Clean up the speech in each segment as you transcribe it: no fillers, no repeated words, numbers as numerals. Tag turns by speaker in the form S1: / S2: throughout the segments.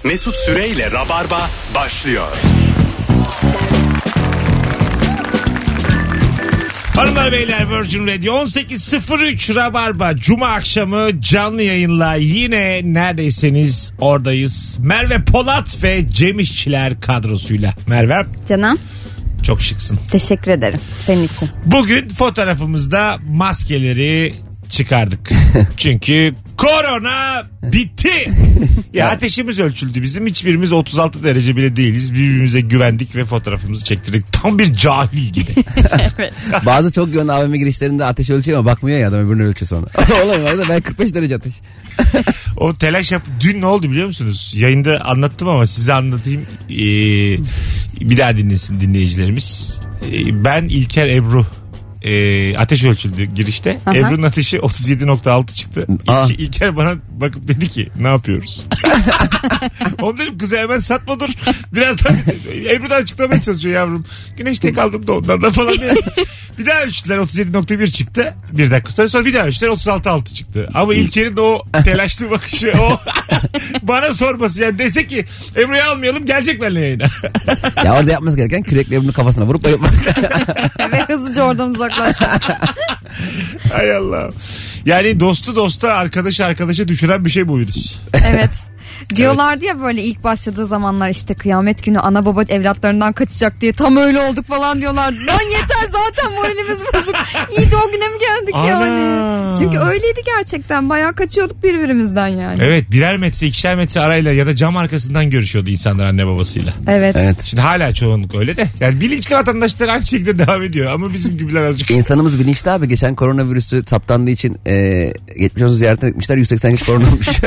S1: Mesut Süreyle Rabarba başlıyor.
S2: Hanımlar beyler, Virgin Radio 18.03 Rabarba Cuma akşamı canlı yayınla yine neredeyseniz oradayız. Merve Polat ve Cem İşçiler kadrosuyla. Merve,
S3: Canım.
S2: çok şıksın.
S3: Teşekkür ederim senin için.
S2: Bugün fotoğrafımızda maskeleri çıkardık. Çünkü korona bitti. Ya ateşimiz ölçüldü bizim. Hiçbirimiz 36 derece bile değiliz. Birbirimize güvendik ve fotoğrafımızı çektirdik. Tam bir cahil gibi.
S3: Evet.
S4: Bazı çok yoğun AVM girişlerinde ateş ölçüyor ama bakmıyor ya adam, öbürünü ölçüyor sonra. Olamıyor, ben 45 derece ateş.
S2: O telaş yap. Dün ne oldu biliyor musunuz? Yayında anlattım ama size anlatayım. Bir daha dinlesin dinleyicilerimiz. Ben İlker Ebru ateş ölçüldü girişte.
S3: Aha.
S2: Ebru'nun ateşi 37.6 çıktı. İlker bana bakıp dedi ki ne yapıyoruz? Onu dedim, kıza hemen satma dur. Birazdan Ebru da açıklamaya çalışıyor yavrum. Güneşte kaldım da ondan da falan diye. Bir daha ölçtüler, 37.1 çıktı. Bir dakika sonra bir daha ölçtüler, 36.6 çıktı. Ama İlker'in de o telaşlı bakışı, o bana sorması, yani dese ki Ebru'yu almayalım, gelecek benimle yayına.
S4: Ya orada yapması gereken kürekle Ebru'nun kafasına vurup bayılmak.
S3: Ve hızlıca oradan uzaklaşmak.
S2: Hay Allah. Yani dostu dosta, arkadaşı arkadaşa düşüren bir şey bu virüs.
S3: Evet. Diyorlardı ya böyle ilk başladığı zamanlar, işte kıyamet günü ana baba evlatlarından kaçacak diye, tam öyle olduk falan diyorlardı. Lan yeter, zaten moralimiz bozuk. İyice o güne mi geldik yani? Çünkü öyleydi gerçekten. Bayağı kaçıyorduk birbirimizden yani.
S2: Evet, birer metre ikişer metre arayla ya da cam arkasından görüşüyordu insanlar anne babasıyla.
S3: Evet.
S2: Şimdi hala çoğunluk öyle de. Yani bilinçli vatandaşlar aynı şekilde devam ediyor ama bizim gibiler azıcık.
S4: İnsanımız bilinçli abi. Geçen koronavirüsü saptandığı için 70 olsun ziyaretine gitmişler. 180 kişi korona olmuş.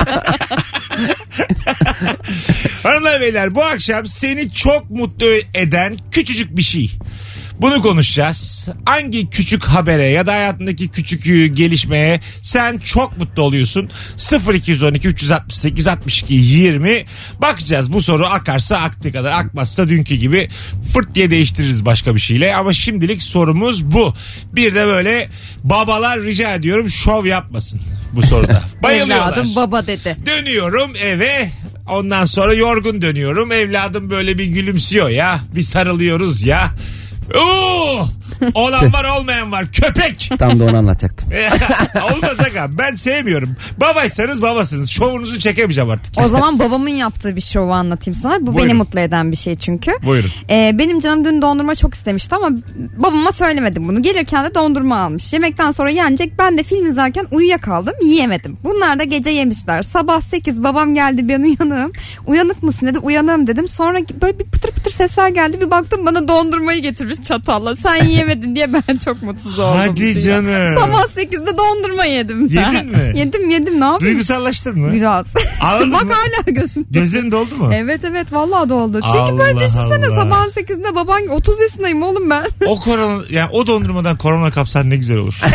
S2: Hanımlar beyler, bu akşam seni çok mutlu eden küçücük bir şey. Bunu konuşacağız. Hangi küçük habere ya da hayatındaki küçük gelişmeye sen çok mutlu oluyorsun? 0212 368 62 20 bakacağız. Bu soru akarsa aktığı kadar, akmazsa dünkü gibi fırt diye değiştiririz başka bir şeyle. Ama şimdilik sorumuz bu. Bir de böyle babalar, rica ediyorum, şov yapmasın bu soruda. Bayılıyorlar.
S3: Evladım baba dedi.
S2: Dönüyorum eve. Ondan sonra yorgun dönüyorum. Evladım böyle bir gülümsüyor ya. Bir sarılıyoruz ya. Olan var, olmayan var. Köpek.
S4: Tam da onu anlatacaktım.
S2: Olmaz aga. Ben sevmiyorum. Babaysanız babasınız. Şovunuzu çekemeyeceğim artık.
S3: O zaman babamın yaptığı bir şovu anlatayım sana. Bu
S2: Buyurun.
S3: beni mutlu eden bir şey çünkü.
S2: Buyurun.
S3: Benim canım dün dondurma çok istemişti ama babama söylemedim bunu. Gelirken de dondurma almış. Yemekten sonra yenecek. Ben de film izlerken uyuyakaldım. Yiyemedim. Bunlar da gece yemişler. Sabah 8 babam geldi, ben uyanığım. Uyanık mısın dedi. Uyanığım dedim. Sonra böyle bir pıtır pıtır sesler geldi. Bir baktım bana dondurmayı getirmiş çatalla. Sen yiyemedin diye ben çok mutsuz oldum.
S2: Hadi
S3: diye.
S2: canım.
S3: Sabah 8'de dondurma yedim ben.
S2: Yedin mi?
S3: Yedim, ne yapayım?
S2: Duygusallaştın mı?
S3: Biraz.
S2: Ağladın
S3: Bak
S2: mı?
S3: hala gözüm.
S2: Gözlerin doldu mu?
S3: Evet vallahi doldu. Çünkü
S2: Allah
S3: böyle düşünsene,
S2: Allah.
S3: sabahın 8'inde baban, 30 yaşındayım oğlum ben.
S2: O korona, yani o dondurmadan korona kapsan ne güzel olur.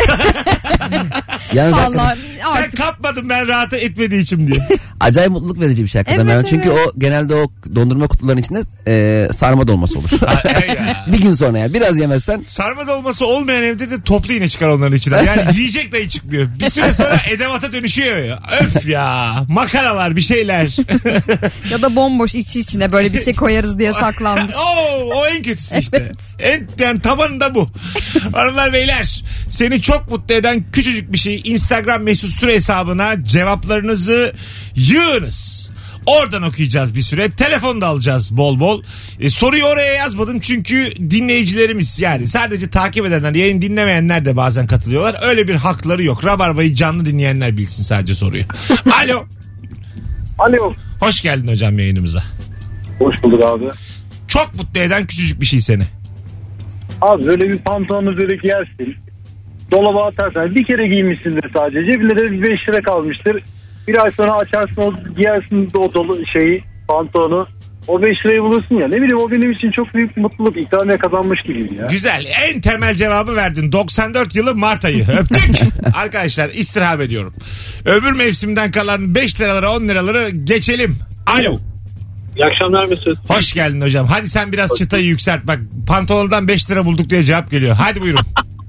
S4: Yalnız
S3: Vallahi
S2: Sen
S3: artık.
S2: kapmadın ben rahat etmediği için diye.
S4: acayip mutluluk verici bir şey hakikaten.
S3: Evet,
S4: Çünkü
S3: evet.
S4: o genelde o dondurma kutularının içinde sarma dolması olur. Bir gün sonra ya biraz yemezsen.
S2: Sarma dolması olmayan evde de toplu iğne çıkar onların içinden. Yani yiyecek dahi çıkmıyor. Bir süre sonra edevata dönüşüyor ya. Öf ya. Makaralar, bir şeyler.
S3: Ya da bomboş içine böyle bir şey koyarız diye saklanmış.
S2: O en kötüsü işte. Yani tabanında bu. Hanımlar beyler, seni çok mutlu eden küçücük bir şey, Instagram mesut süre hesabına cevaplarınızı yığınız. Oradan okuyacağız bir süre. Telefon da alacağız bol bol. Soruyu oraya yazmadım çünkü dinleyicilerimiz, yani sadece takip edenler, yayın dinlemeyenler de bazen katılıyorlar. Öyle bir hakları yok. Rabarba'yı canlı dinleyenler bilsin sadece soruyu. Alo.
S5: Alo.
S2: Hoş geldin hocam yayınımıza.
S5: Hoş bulduk abi.
S2: Çok mutlu eden küçücük bir şey seni.
S5: Abi böyle bir pantolonu böyle giyersin. Dolaba atarsan bir kere giymişsindir sadece. Cebinde de bir 5 lira kalmıştır. Bir ay sonra açarsın, o giyersin o dolu pantolonu. O 5 lirayı bulursun ya. Ne bileyim, o benim için çok büyük bir mutluluk. İkramiye kazanmış gibiyim ya.
S2: Güzel. En temel cevabı verdin. 94 yılı Mart ayı. Öptük. Arkadaşlar istirham ediyorum. Öbür mevsimden kalan 5 liraları 10 liraları geçelim. Alo.
S6: İyi akşamlar Mesut.
S2: Hoş geldin hocam. Hadi sen biraz çıtayı yükselt. Bak, pantolondan 5 lira bulduk diye cevap geliyor. Hadi buyurun.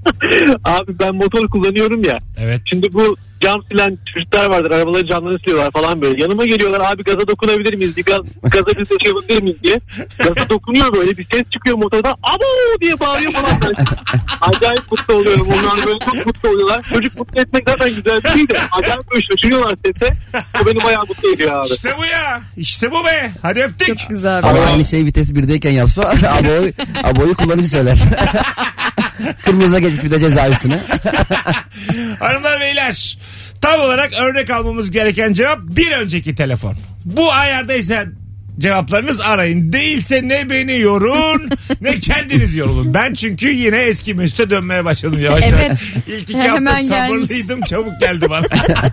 S6: Abi ben motor kullanıyorum ya.
S2: Evet.
S6: Şimdi bu cam silen çocuklar vardır. Arabaları camdan siliyorlar falan böyle. Yanıma geliyorlar, abi gaza dokunabilir miyiz? Gaza bir ses yapabilir miyiz diye. Gaza dokunuyor, böyle bir ses çıkıyor motordan. Abo diye bağırıyor falan. Acayip mutlu oluyorum. Onlar böyle çok mutlu oluyorlar. Çocuk mutlu etmek zaten güzel bir şey de. Acayip böyle şaşırıyorlar sese. O beni bayağı mutlu ediyor abi.
S2: İşte bu ya. İşte bu be. Hadi öptük.
S3: Çok güzel.
S4: Ama aynı şey vites 1'deyken yapsa aboyu kullanıcı söyler. Kırmızıda geçmiş bir de ceza üstüne.
S2: Hanımlar beyler, tam olarak örnek almamız gereken cevap bir önceki telefon. Bu ayardaysa cevaplarınız arayın. Değilse ne beni yorun ne kendiniz yorulun. Ben çünkü yine eski Mesut'a dönmeye başladım yavaş yavaş.
S3: Evet.
S2: İlk 2 hafta
S3: Hemen
S2: sabırlıydım, çabuk geldi bana.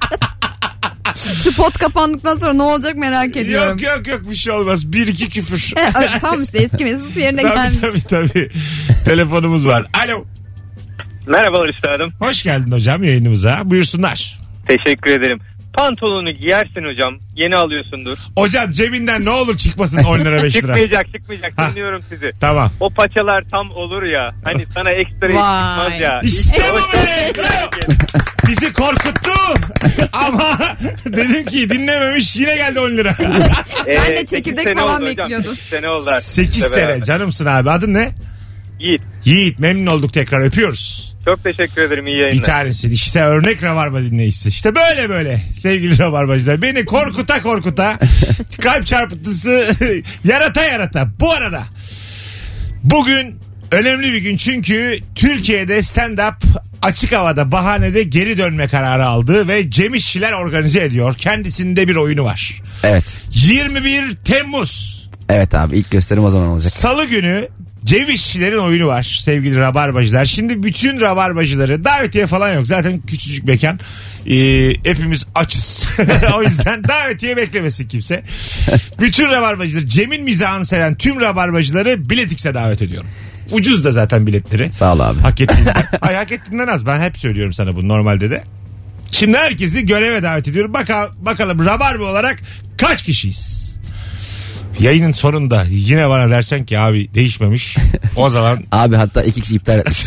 S3: Şu pot kapandıktan sonra ne olacak merak ediyorum.
S2: Yok bir şey olmaz. 1-2 küfür.
S3: Tamam işte eski Mesut yerine gelmiş.
S2: Tabii. Telefonumuz var. Alo.
S7: Merhabalar üstadım.
S2: Hoş geldin hocam yayınımıza. Buyursunlar.
S7: Teşekkür ederim. Pantolonu giyersin hocam. Yeni alıyorsundur.
S2: Hocam cebinden ne olur çıkmasın 10 lira 5 lira.
S7: Çıkmayacak. Dinliyorum sizi.
S2: Tamam.
S7: O paçalar tam olur ya. Hani sana ekstra hiç çıkmaz ya.
S2: İşte bu be. Bizi korkuttu. Ama dedim ki dinlememiş, yine geldi 10 lira.
S3: Ben de çekirdek falan bekliyordum.
S7: 8 sene oldu artık.
S2: 8 sene canımsın abi. Adın ne? Yiğit, memnun olduk, tekrar öpüyoruz.
S7: Çok teşekkür ederim, iyi yayınlar.
S2: Bir tanesin işte, örnek Rabarba dinleyicisi. İşte böyle sevgili Rabarbacılar. Beni korkuta kalp çarpıntısı yarata. Bu arada bugün önemli bir gün, çünkü Türkiye'de stand-up açık havada bahanede geri dönme kararı aldı ve Cem İşçiler organize ediyor. Kendisinde bir oyunu var.
S4: Evet.
S2: 21 Temmuz.
S4: Evet abi, ilk gösterim o zaman olacak.
S2: Salı günü Cem İşçilerin oyunu var sevgili Rabarbacılar. Şimdi bütün Rabarbacıları, davetiye falan yok. Zaten küçücük mekan. Hepimiz açız. O yüzden davetiye beklemesin kimse. Bütün Rabarbacıları, Cem'in mizahını seven tüm Rabarbacıları Biletix'e davet ediyorum. Ucuz da zaten biletleri.
S4: Sağ ol abi.
S2: Hak ettiğinden. Hayır, hak ettiğinden az. Ben hep söylüyorum sana bunu normalde de. Şimdi herkesi göreve davet ediyorum. Bakalım Rabarba olarak kaç kişiyiz? Yayının sonunda yine bana dersen ki abi değişmemiş. O zaman
S4: abi hatta 2 kişi iptal etmiş.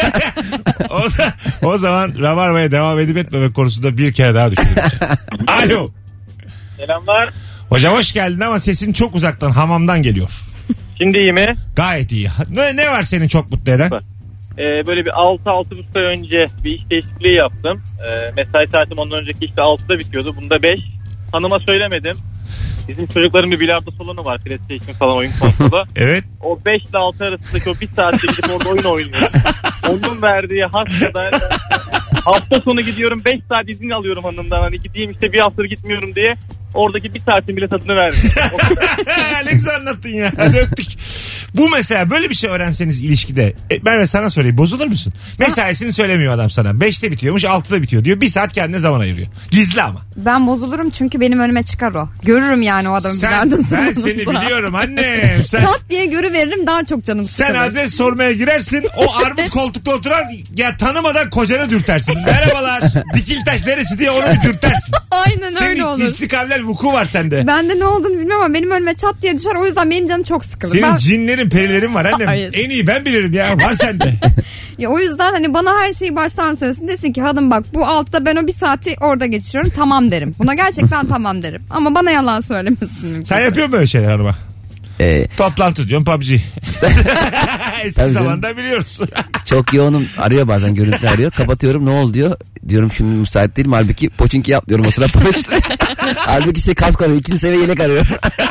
S2: o zaman Rabarba'ya devam edip etmemek konusunda bir kere daha düşünürüz. Alo.
S6: Selamlar.
S2: Hocam hoş geldin ama sesin çok uzaktan, hamamdan geliyor.
S6: Şimdi iyi mi?
S2: Gayet iyi. Ne var seni çok mutlu eden?
S6: Böyle bir 6-6,5 ay önce bir iş değişikliği yaptım. Mesai saatim ondan önceki işte 6'da bitiyordu. Bunda 5. Hanıma söylemedim. Bizim çocukların bir bilardo salonu var. PlayStation falan, oyun konsolu.
S2: Evet.
S6: O 5 ile 6 arasındaki o bir saatte gidip orada oyun oynuyorum. Onun verdiği hastada hafta sonu gidiyorum 5 saat izin alıyorum hanımdan. Hani gideyim işte bir hafta gitmiyorum diye. Oradaki bir saatin bile tadını verdim.
S2: Ne güzel anlattın ya. Hadi öptük. Bu mesela böyle bir şey öğrenseniz ilişkide. Ben de sana sorayım, bozulur musun? Mesaisini söylemiyor adam sana. 5'te bitiyormuş, 6'da bitiyor diyor. 1 saat kendine zaman ayırıyor. Gizli ama.
S3: Ben bozulurum çünkü benim önüme çıkar o. Görürüm yani o adamı
S2: Ben seni biliyorum annem.
S3: Çat diye görüveririm, daha çok canım sıkılır.
S2: Sen adres sormaya girersin, o armut koltukta oturan ya tanımadan kocanı dürtersin. Merhabalar, Dikiltaş neresi diye onu bir dürtersin.
S3: Aynen öyle olur.
S2: Senin istikamler vuku var sende.
S3: Bende ne olduğunu bilmiyorum ama benim önüme çat diye düşer, o yüzden benim canım çok sıkılır.
S2: Senin cinlerin, perilerin var annem.
S3: Hayır.
S2: En iyi ben bilirim ya, var sende.
S3: Ya o yüzden hani bana her şeyi baştan söylesin, desin ki hanım bak bu 6'da ben o 1 saati orada geçiriyorum, tamam derim. Buna gerçekten tamam derim. Ama bana yalan söylemesin mümkünse.
S2: Sen yapıyor musun öyle şeyler hanıma? Toplantı diyorum, PUBG. Eski zamanda biliyoruz.
S4: Çok yoğunum, arıyor bazen, görüntü arıyor. Kapatıyorum, ne oldu diyor. Diyorum şimdi müsait değilim. Halbuki Pochinki atlıyorum o sıra paraşütle. Halbuki kask arıyor. 2. seviye yelek arıyor.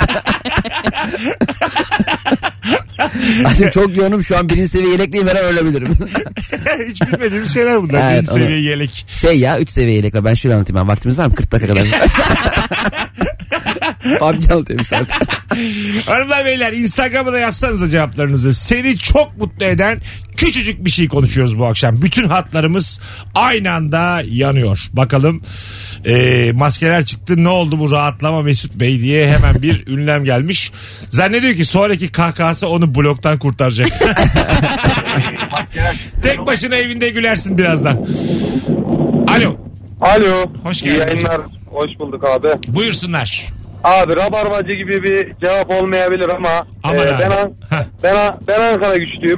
S4: Aslında çok yoğunum şu an, 1. seviye yelekliyim, her an ölebilirim.
S2: Hiç bilmediğim şeyler bunlar.
S4: Evet,
S2: 1. seviye yelek.
S4: 3 seviye yelek var. Ben şöyle anlatayım. Vaktimiz var mı? 40 dakika kadar. PUBG anlatıyorum zaten.
S2: Hanımlar beyler, Instagram'a da yazsanıza cevaplarınızı. Seni çok mutlu eden küçücük bir şey konuşuyoruz bu akşam. Bütün hatlarımız aynı anda yanıyor. Bakalım maskeler çıktı, ne oldu bu rahatlama Mesut Bey diye hemen bir ünlem gelmiş. Zannediyor ki sonraki kahkahası onu bloktan kurtaracak. Tek başına evinde gülersin birazdan. Alo.
S5: Alo.
S2: Hoş geldin.
S5: İyi yayınlar. Hoş bulduk abi.
S2: Buyursunlar.
S5: Abi rabarbacı gibi bir cevap olmayabilir ama
S2: Aman abi.
S5: ben Ankara güçlüyüm.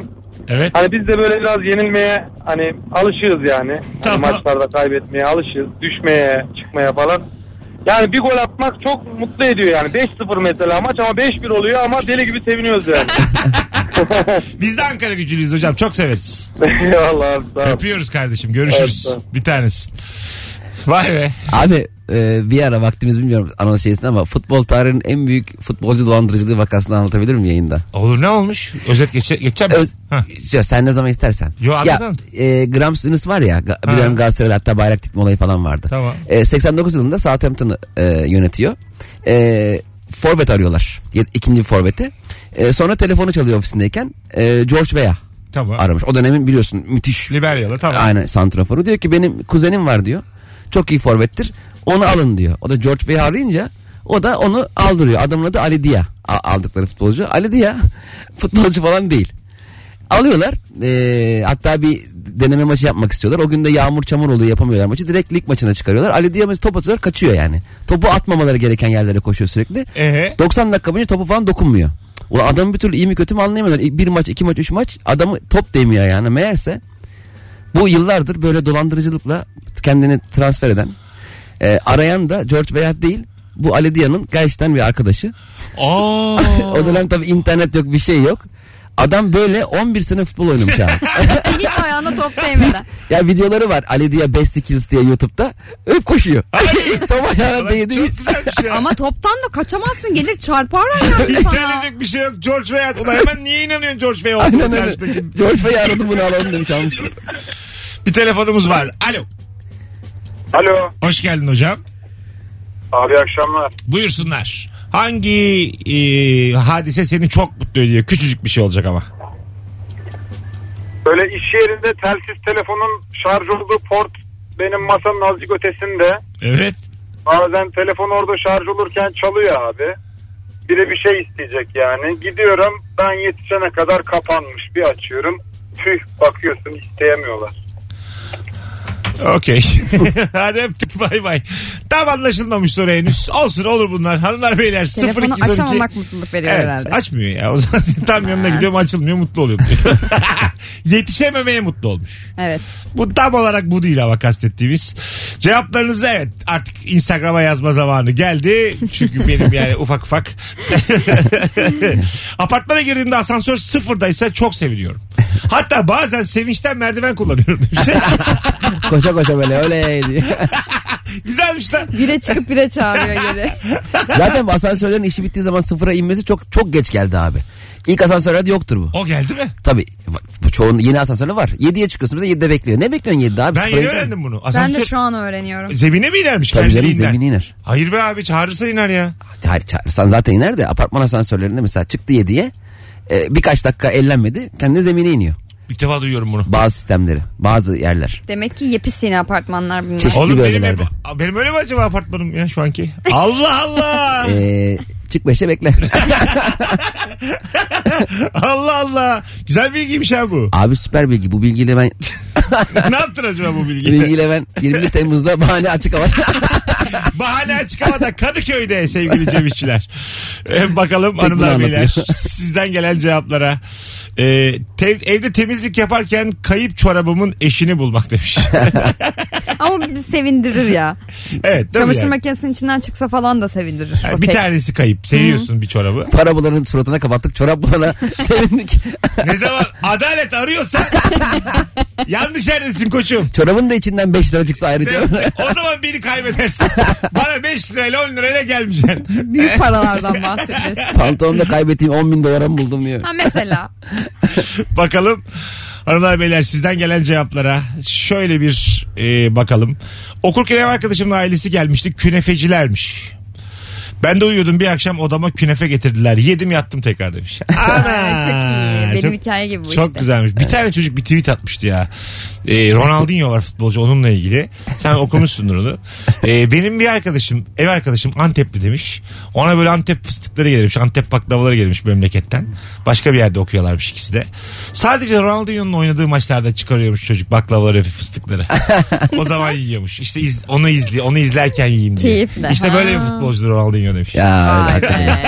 S2: Evet.
S8: Hani biz de böyle biraz yenilmeye hani alışığız yani.
S2: Tamam.
S8: Hani maçlarda kaybetmeye alışığız. Düşmeye, çıkmaya falan. Yani bir gol atmak çok mutlu ediyor yani. 5-0 mesela maç ama 5-1 oluyor ama deli gibi seviniyoruz yani.
S2: Biz de Ankara gücülüyüz hocam. Çok severiz.
S8: Eyvallah abi, sağ ol.
S2: Öpüyoruz kardeşim. Görüşürüz.
S8: Evet,
S2: bir tanesin. Vay be.
S4: Abi bir ara vaktimiz bilmiyorum anons şeysinde ama futbol tarihinin en büyük futbolcu dolandırıcılığı vakasını anlatabilir miyim yayında?
S2: Olur, ne olmuş? Özet geçeceğim mi?
S4: Ya sen ne zaman istersen.
S2: Yo, anladım.
S4: Grams Yunus var ya bir dönem Galatasaray'da hatta bayrak dikme olayı falan vardı.
S2: Tamam.
S4: 89 yılında Southampton'ı yönetiyor. Forvet arıyorlar. İkinci forveti. Sonra telefonu çalıyor ofisindeyken. George Weah
S2: Tamam.
S4: aramış. O dönemin biliyorsun müthiş.
S2: Liberyalı, tamam.
S4: Aynen, santraforu. Diyor ki benim kuzenim var diyor. Çok iyi forvettir. Onu alın diyor. O da George Weah arayınca o da onu aldırıyor. Adamın adı Ali Dia. Aldıkları futbolcu. Ali Dia futbolcu falan değil. Alıyorlar. Hatta bir deneme maçı yapmak istiyorlar. O gün de yağmur çamur oluyor, yapamıyorlar maçı. Direkt lig maçına çıkarıyorlar. Ali Dia top atıyorlar, kaçıyor yani. Topu atmamaları gereken yerlere koşuyor sürekli. 90 dakika boyunca topu falan dokunmuyor. Ulan adamı bir türlü iyi mi kötü mü anlayamıyorlar. Bir maç, iki maç, üç maç adamı top değmiyor yani. Meğerse bu yıllardır böyle dolandırıcılıkla kendini transfer eden, arayan da George Weah değil, bu Ali Dia'nın gerçekten bir arkadaşı. O dönem tabii internet yok, bir şey yok. Adam böyle 11 sene futbol oynamış abi.
S3: Hiç ayağına top değmeden.
S4: Ya videoları var, Ali Dia Best Skills diye YouTube'da. Öp koşuyor. Top ayağına değdi.
S2: Çok güzelmiş ya.
S3: Ama toptan da kaçamazsın, gelir çarparlar yani sana.
S2: İnternet bir şey yok. George Weah. Ulan hemen niye inanıyorsun George Weah?
S4: Aynen öyle. George Weah aradı, bunu alalım demiş, almışlar.
S2: Bir telefonumuz var. Alo.
S5: Alo.
S2: Hoş geldin hocam.
S5: Abi akşamlar.
S2: Buyursunlar. Hangi hadise seni çok mutlu ediyor? Küçücük bir şey olacak ama.
S5: Böyle iş yerinde telsiz telefonun şarj olduğu port benim masanın azıcık ötesinde.
S2: Evet.
S5: Bazen telefon orada şarj olurken çalıyor abi. Biri bir şey isteyecek yani. Gidiyorum, ben yetişene kadar kapanmış. Bir açıyorum. Tüh, bakıyorsun isteyemiyorlar.
S2: Okey. Hadi öptük, bay bay. Tam anlaşılmamış soru henüz. Olsun, olur bunlar. Hanımlar beyler,
S3: Telefonu
S2: 0212.
S3: açamamak mutluluk veriyor
S2: Evet,
S3: herhalde.
S2: açmıyor ya. O zaman tam yanına gidiyorum, açılmıyor, mutlu oluyorum diyor. Yetişememeye mutlu olmuş.
S3: Evet.
S2: Bu tam olarak bu değil ama kastettiğimiz. Cevaplarınızı evet artık Instagram'a yazma zamanı geldi. Çünkü benim yani ufak ufak. Apartmana girdiğimde asansör sıfırdaysa çok seviniyorum. Hatta bazen sevinçten merdiven kullanıyorum.
S4: Koşa koşa böyle öyle diyor.
S2: Güzelmiş lan.
S3: Bire çıkıp bire çağırıyor geri.
S4: Zaten bu asansörlerin işi bittiği zaman sıfıra inmesi çok çok geç geldi abi. İlk asansörlerde yoktur bu.
S2: O geldi mi?
S4: Tabii. Bu çoğun yeni asansörler var. 7'ye çıkıyorsun mesela 7'de bekliyor. Ne bekliyorsun 7'de abi?
S2: Ben yeni öğrendim bunu.
S3: Ben de şu an öğreniyorum.
S2: Zemine mi inermiş?
S4: Tabii canım,
S2: Kendiliğinden.
S4: zemine iner.
S2: Hayır be abi, çağırırsa iner ya.
S4: Hayır, çağırırsan zaten iner de apartman asansörlerinde mesela çıktı 7'ye birkaç dakika ellenmedi, kendi zemine iniyor.
S2: İlk defa duyuyorum bunu.
S4: Bazı sistemleri, bazı yerler.
S3: Demek ki yepyeni apartmanlar bunlar.
S4: Çeşitli
S2: Oğlum
S4: bölgelerde.
S2: benim öyle mi acaba apartmanım ya şu anki? Allah Allah.
S4: Çık 5'e bekle.
S2: Allah Allah. Güzel bilgiymiş ha bu.
S4: Abi süper bilgi. Bu bilgiyle ben
S2: Ne yaptın acaba bu bilgiyle?
S4: ben 20 Temmuz'da bahane açık hava.
S2: Bahane açık havada Kadıköy'de sevgili Cem İşçiler. Bakalım
S4: Tek
S2: hanımlar
S4: bunu
S2: beyler
S4: anlatıyor.
S2: sizden gelen cevaplara. Evde temizlik yaparken kayıp çorabımın eşini bulmak demiş.
S3: Ama bizi sevindirir ya.
S2: Evet.
S3: Çamaşır
S2: yani.
S3: makinesinin içinden çıksa falan da sevindirir.
S2: Yani
S3: O
S2: bir
S3: tek.
S2: tanesi kayıp. Seviyorsun bir çorabı.
S4: Para bulanın suratına kapattık. Çorap bulana sevindik.
S2: Ne zaman adalet arıyorsan yanlış yerdesin koçum.
S4: Çorabın da içinden 5 lira çıksa ayrıca.
S2: O zaman beni kaybedersin. Bana 5 lirayla 10 lirayla gelmeyeceksin.
S3: Büyük paralardan bahsediyoruz.
S4: Pantolonda kaybettiğim 10.000 dolara mı buldum diyor.
S3: Ha mesela.
S2: Bakalım hanımlar beyler sizden gelen cevaplara şöyle bir bakalım. Okurken ev arkadaşımın ailesi gelmişti, künefecilermiş. Ben de uyuyordum, bir akşam odama künefe getirdiler. Yedim yattım tekrar demiş. Ana.
S3: Çok iyi. Benim
S2: Çok-
S3: hikaye gibi bu
S2: Çok
S3: işte.
S2: güzelmiş. Bir tane çocuk bir tweet atmıştı ya. Ronaldinho var futbolcu, onunla ilgili. Sen okumuşsundur onu. Benim bir arkadaşım, ev arkadaşım Antepli demiş. Ona böyle Antep fıstıkları gelmiş. Antep baklavaları gelmiş memleketten. Başka bir yerde okuyorlarmış ikisi de. Sadece Ronaldinho'nun oynadığı maçlarda çıkarıyormuş çocuk baklavaları ve fıstıkları. O zaman yiyormuş. İşte onu izlerken yiyeyim diye.
S3: Keyifle.
S2: İşte böyle bir
S3: Ha.
S2: futbolcudur Ronaldinho demiş.
S4: Ya öyle
S3: Vay
S4: hakikaten.
S3: be.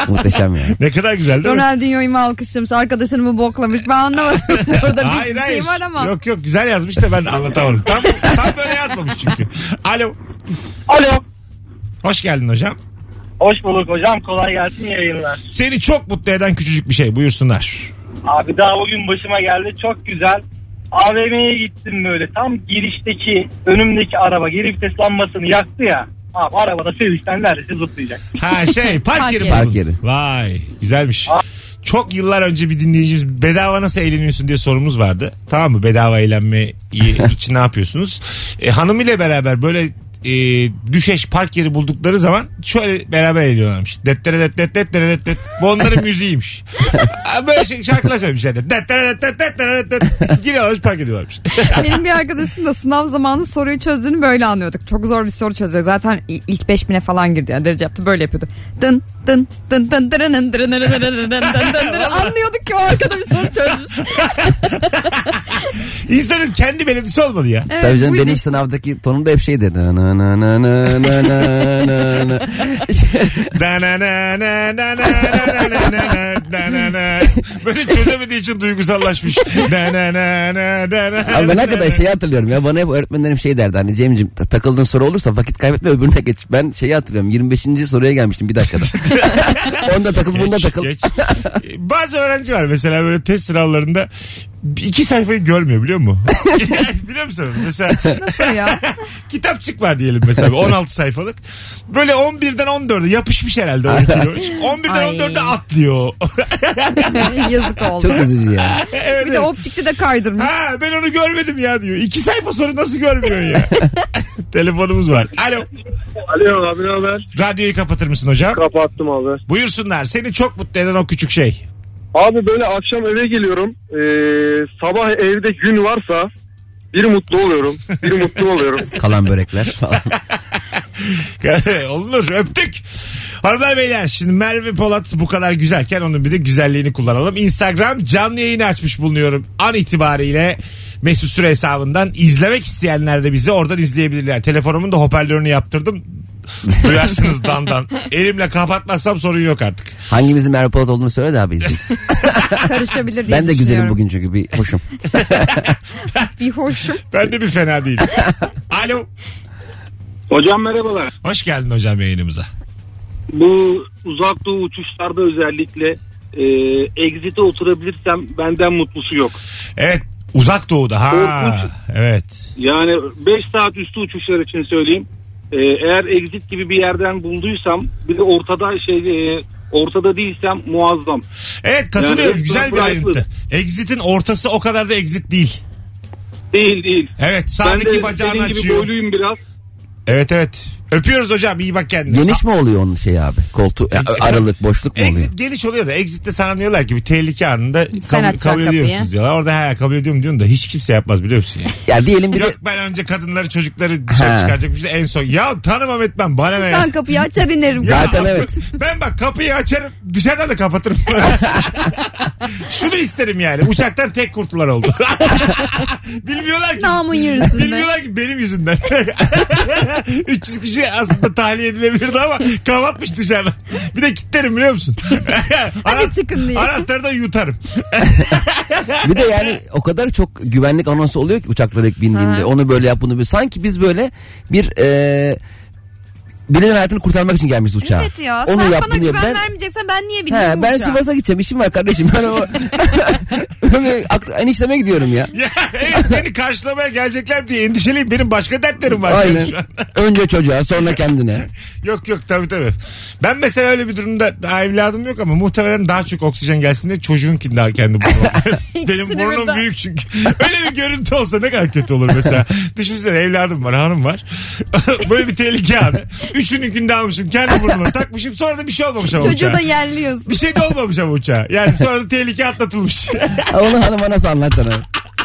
S4: Muhteşem yani.
S2: Ne kadar güzel değil mi?
S3: Ronaldinho'yu mu alkışlamış, arkadaşını mı boklamış, ben anlamadım. Orada bir şey var ama.
S2: Yok güzel yazmış da ben anlatamadım. Tam böyle yazmamış çünkü. Alo.
S8: Alo.
S2: Hoş geldin hocam.
S8: Hoş bulduk hocam. Kolay gelsin, yayınlar.
S2: Seni çok mutlu eden küçücük bir şey. Buyursunlar.
S8: Abi daha bugün başıma geldi. Çok güzel. AVM'ye gittim böyle. Tam girişteki önümdeki araba geri vites lambasını yaktı ya. Abi arabada sevinçten neredeyse zıplayacak.
S2: Ha park yeri.
S4: Park yeri.
S2: Vay güzelmiş. Çok yıllar önce bir dinleyicimiz bedava nasıl eğleniyorsun diye sorumuz vardı. Tamam mı? Bedava eğlenme için ne yapıyorsunuz? Hanımıyla beraber böyle düşeş park yeri buldukları zaman şöyle beraber eğleniyorlarmış. Det. Bu onların müziğiymiş. Böyle şarkılar söylemişler. Giriyorlarmış park ediyorlarmış.
S3: Benim bir arkadaşım da sınav zamanı soruyu çözdüğünü böyle anlıyorduk. Çok zor bir soru çözüyor. Zaten ilk 5000'e falan girdi. Yani derece yaptı, böyle yapıyordu. Dın dın dın dın dın dın dın. Anlıyorduk ki o arkada bir soru çözmüş.
S2: İnsanın kendi melodisi olmalı ya.
S3: Evet,
S4: Tabii canım, benim sınavdaki tonum da hep şeydi.
S2: Böyle çözemediği için duygusallaşmış.
S4: Abi ben hakikaten şeyi hatırlıyorum ya, bana hep öğretmenlerim şey derdi, hani Cem'ciğim takıldığın soru olursa vakit kaybetme, öbürüne geç. Ben şeyi hatırlıyorum, 25. soruya gelmiştim bir dakikada. Onda takıl, bunda takıl.
S2: Bazı öğrenci var mesela böyle test sınavlarında 2 sayfayı görmüyor, biliyor musun? Biliyor musun? Mesela
S3: nasıl ya?
S2: kitapçık var diyelim mesela 16 sayfalık. Böyle 11'den 14'e yapışmış herhalde. 11'den 14'e atlıyor.
S3: Yazık oldu.
S4: Çok üzücü ya.
S2: Evet,
S3: Bir de optikte de kaydırmış.
S2: Ha, ben onu görmedim ya diyor. 2 sayfa sonra nasıl görmüyorsun ya? Telefonumuz var. Alo.
S8: Alo abi, ne haber?
S2: Radyoyu kapatır mısın hocam?
S8: Kapattım abi.
S2: Buyursunlar. Seni çok mutlu eden o küçük şey.
S8: Abi böyle akşam eve geliyorum. Sabah evde gün varsa bir mutlu oluyorum.
S4: Kalan börekler falan.
S2: Olur, öptük. Hanımlar beyler, şimdi Merve Polat bu kadar güzelken onun bir de güzelliğini kullanalım. Instagram canlı yayını açmış bulunuyorum. An itibariyle Mesut Süre hesabından izlemek isteyenler de bizi oradan izleyebilirler. Telefonumun da hoparlörünü yaptırdım. Duyarsınız dandan. Elimle kapatmazsam sorun yok artık.
S4: Hangimizin Merve Polat olduğunu söyle de abi, izleyin.
S3: Karışabilir diye
S4: Ben de güzelim bugün çünkü, bir hoşum.
S3: Bir hoşum.
S2: Ben de bir fena değilim. Alo.
S9: Hocam merhabalar.
S2: Hoş geldin hocam yayınımıza.
S9: Bu uzak doğu uçuşlarda özellikle exit'e oturabilirsem benden mutlusu yok.
S2: Evet, uzak doğuda. Ha, evet.
S9: Yani 5 saat üstü uçuşlar için söyleyeyim. Eğer exit gibi bir yerden bulduysam, bir de ortada değilsem muazzam.
S2: Evet, katılıyorum.
S9: Yani
S2: güzel bir ayrıntı. Exit'in ortası o kadar da exit değil.
S9: Değil.
S2: Evet, sağdaki bacağını
S9: gibi
S2: açıyor.
S9: boyluyum biraz.
S2: Evet. Öpüyoruz hocam, iyi bak kendine.
S4: Geniş mi oluyor onun şeyi abi? Koltuğu, aralık, boşluk mu oluyor?
S2: Exit geniş oluyor da exit'te sana diyorlar ki bir tehlike anında kabul
S3: kapıyı.
S2: ediyor musunuz diyorlar. Orada kabul ediyorum diyorsun da hiç kimse yapmaz, biliyor musun ya?
S4: Ya diyelim bir de...
S2: Yok, ben önce kadınları çocukları dışarı çıkaracakmış da en son. Ya tanımam etmem, bana ne ya?
S3: Ben kapıyı açar inerim.
S4: Zaten evet.
S2: Ben bak kapıyı açarım, dışarıdan da kapatırım. Şunu isterim yani, uçaktan tek kurtular oldu. Bilmiyorlar ki.
S3: Namın yürüsün be.
S2: Bilmiyorlar ki benim yüzümden. 300 kişi aslında tahliye edilebilirdi ama kapatmış dışarıdan. Bir de kilitlerim, biliyor musun?
S3: Hadi çıkın diye.
S2: Anahtarı da yutarım.
S4: Bir de yani o kadar çok güvenlik anonsu oluyor ki uçaklara ilk bindiğimde. Onu böyle yap, bunu böyle. Sanki biz böyle bir birinin hayatını kurtarmak için gelmişiz uçağa.
S3: Evet ya.
S4: Onu
S3: sen
S4: yap,
S3: bana
S4: bunu
S3: güven
S4: yap.
S3: vermeyeceksen ben niye bineyim
S4: Ben
S3: uçağa?
S4: Sivas'a gideceğim, işim var kardeşim. Ben o enişteme gidiyorum ya.
S2: Ya, evet, beni karşılamaya gelecekler diye endişeliyim. Benim başka dertlerim var.
S4: Aynen.
S2: Şu an.
S4: Önce çocuğa, sonra kendine.
S2: Yok tabii. Ben mesela öyle bir durumda daha evladım yok ama muhtemelen daha çok oksijen gelsin diye çocuğunkin daha kendi burnum. Benim
S3: İkisini
S2: burnum
S3: birden.
S2: büyük çünkü. Öyle bir görüntü olsa ne kadar kötü olur mesela. Düşünsene, evladım var, hanım var. Böyle bir tehlike anı. Üçününkini de almışım, kendi burnuma takmışım. Sonra da bir şey olmamış ama
S3: Çocuğu
S2: uçağa.
S3: da yerliyorsun.
S2: Bir şey de olmamış ama uçağa. Yani sonra da tehlike atlatılmış.
S4: Onu hanıma nasıl anlatacaksın?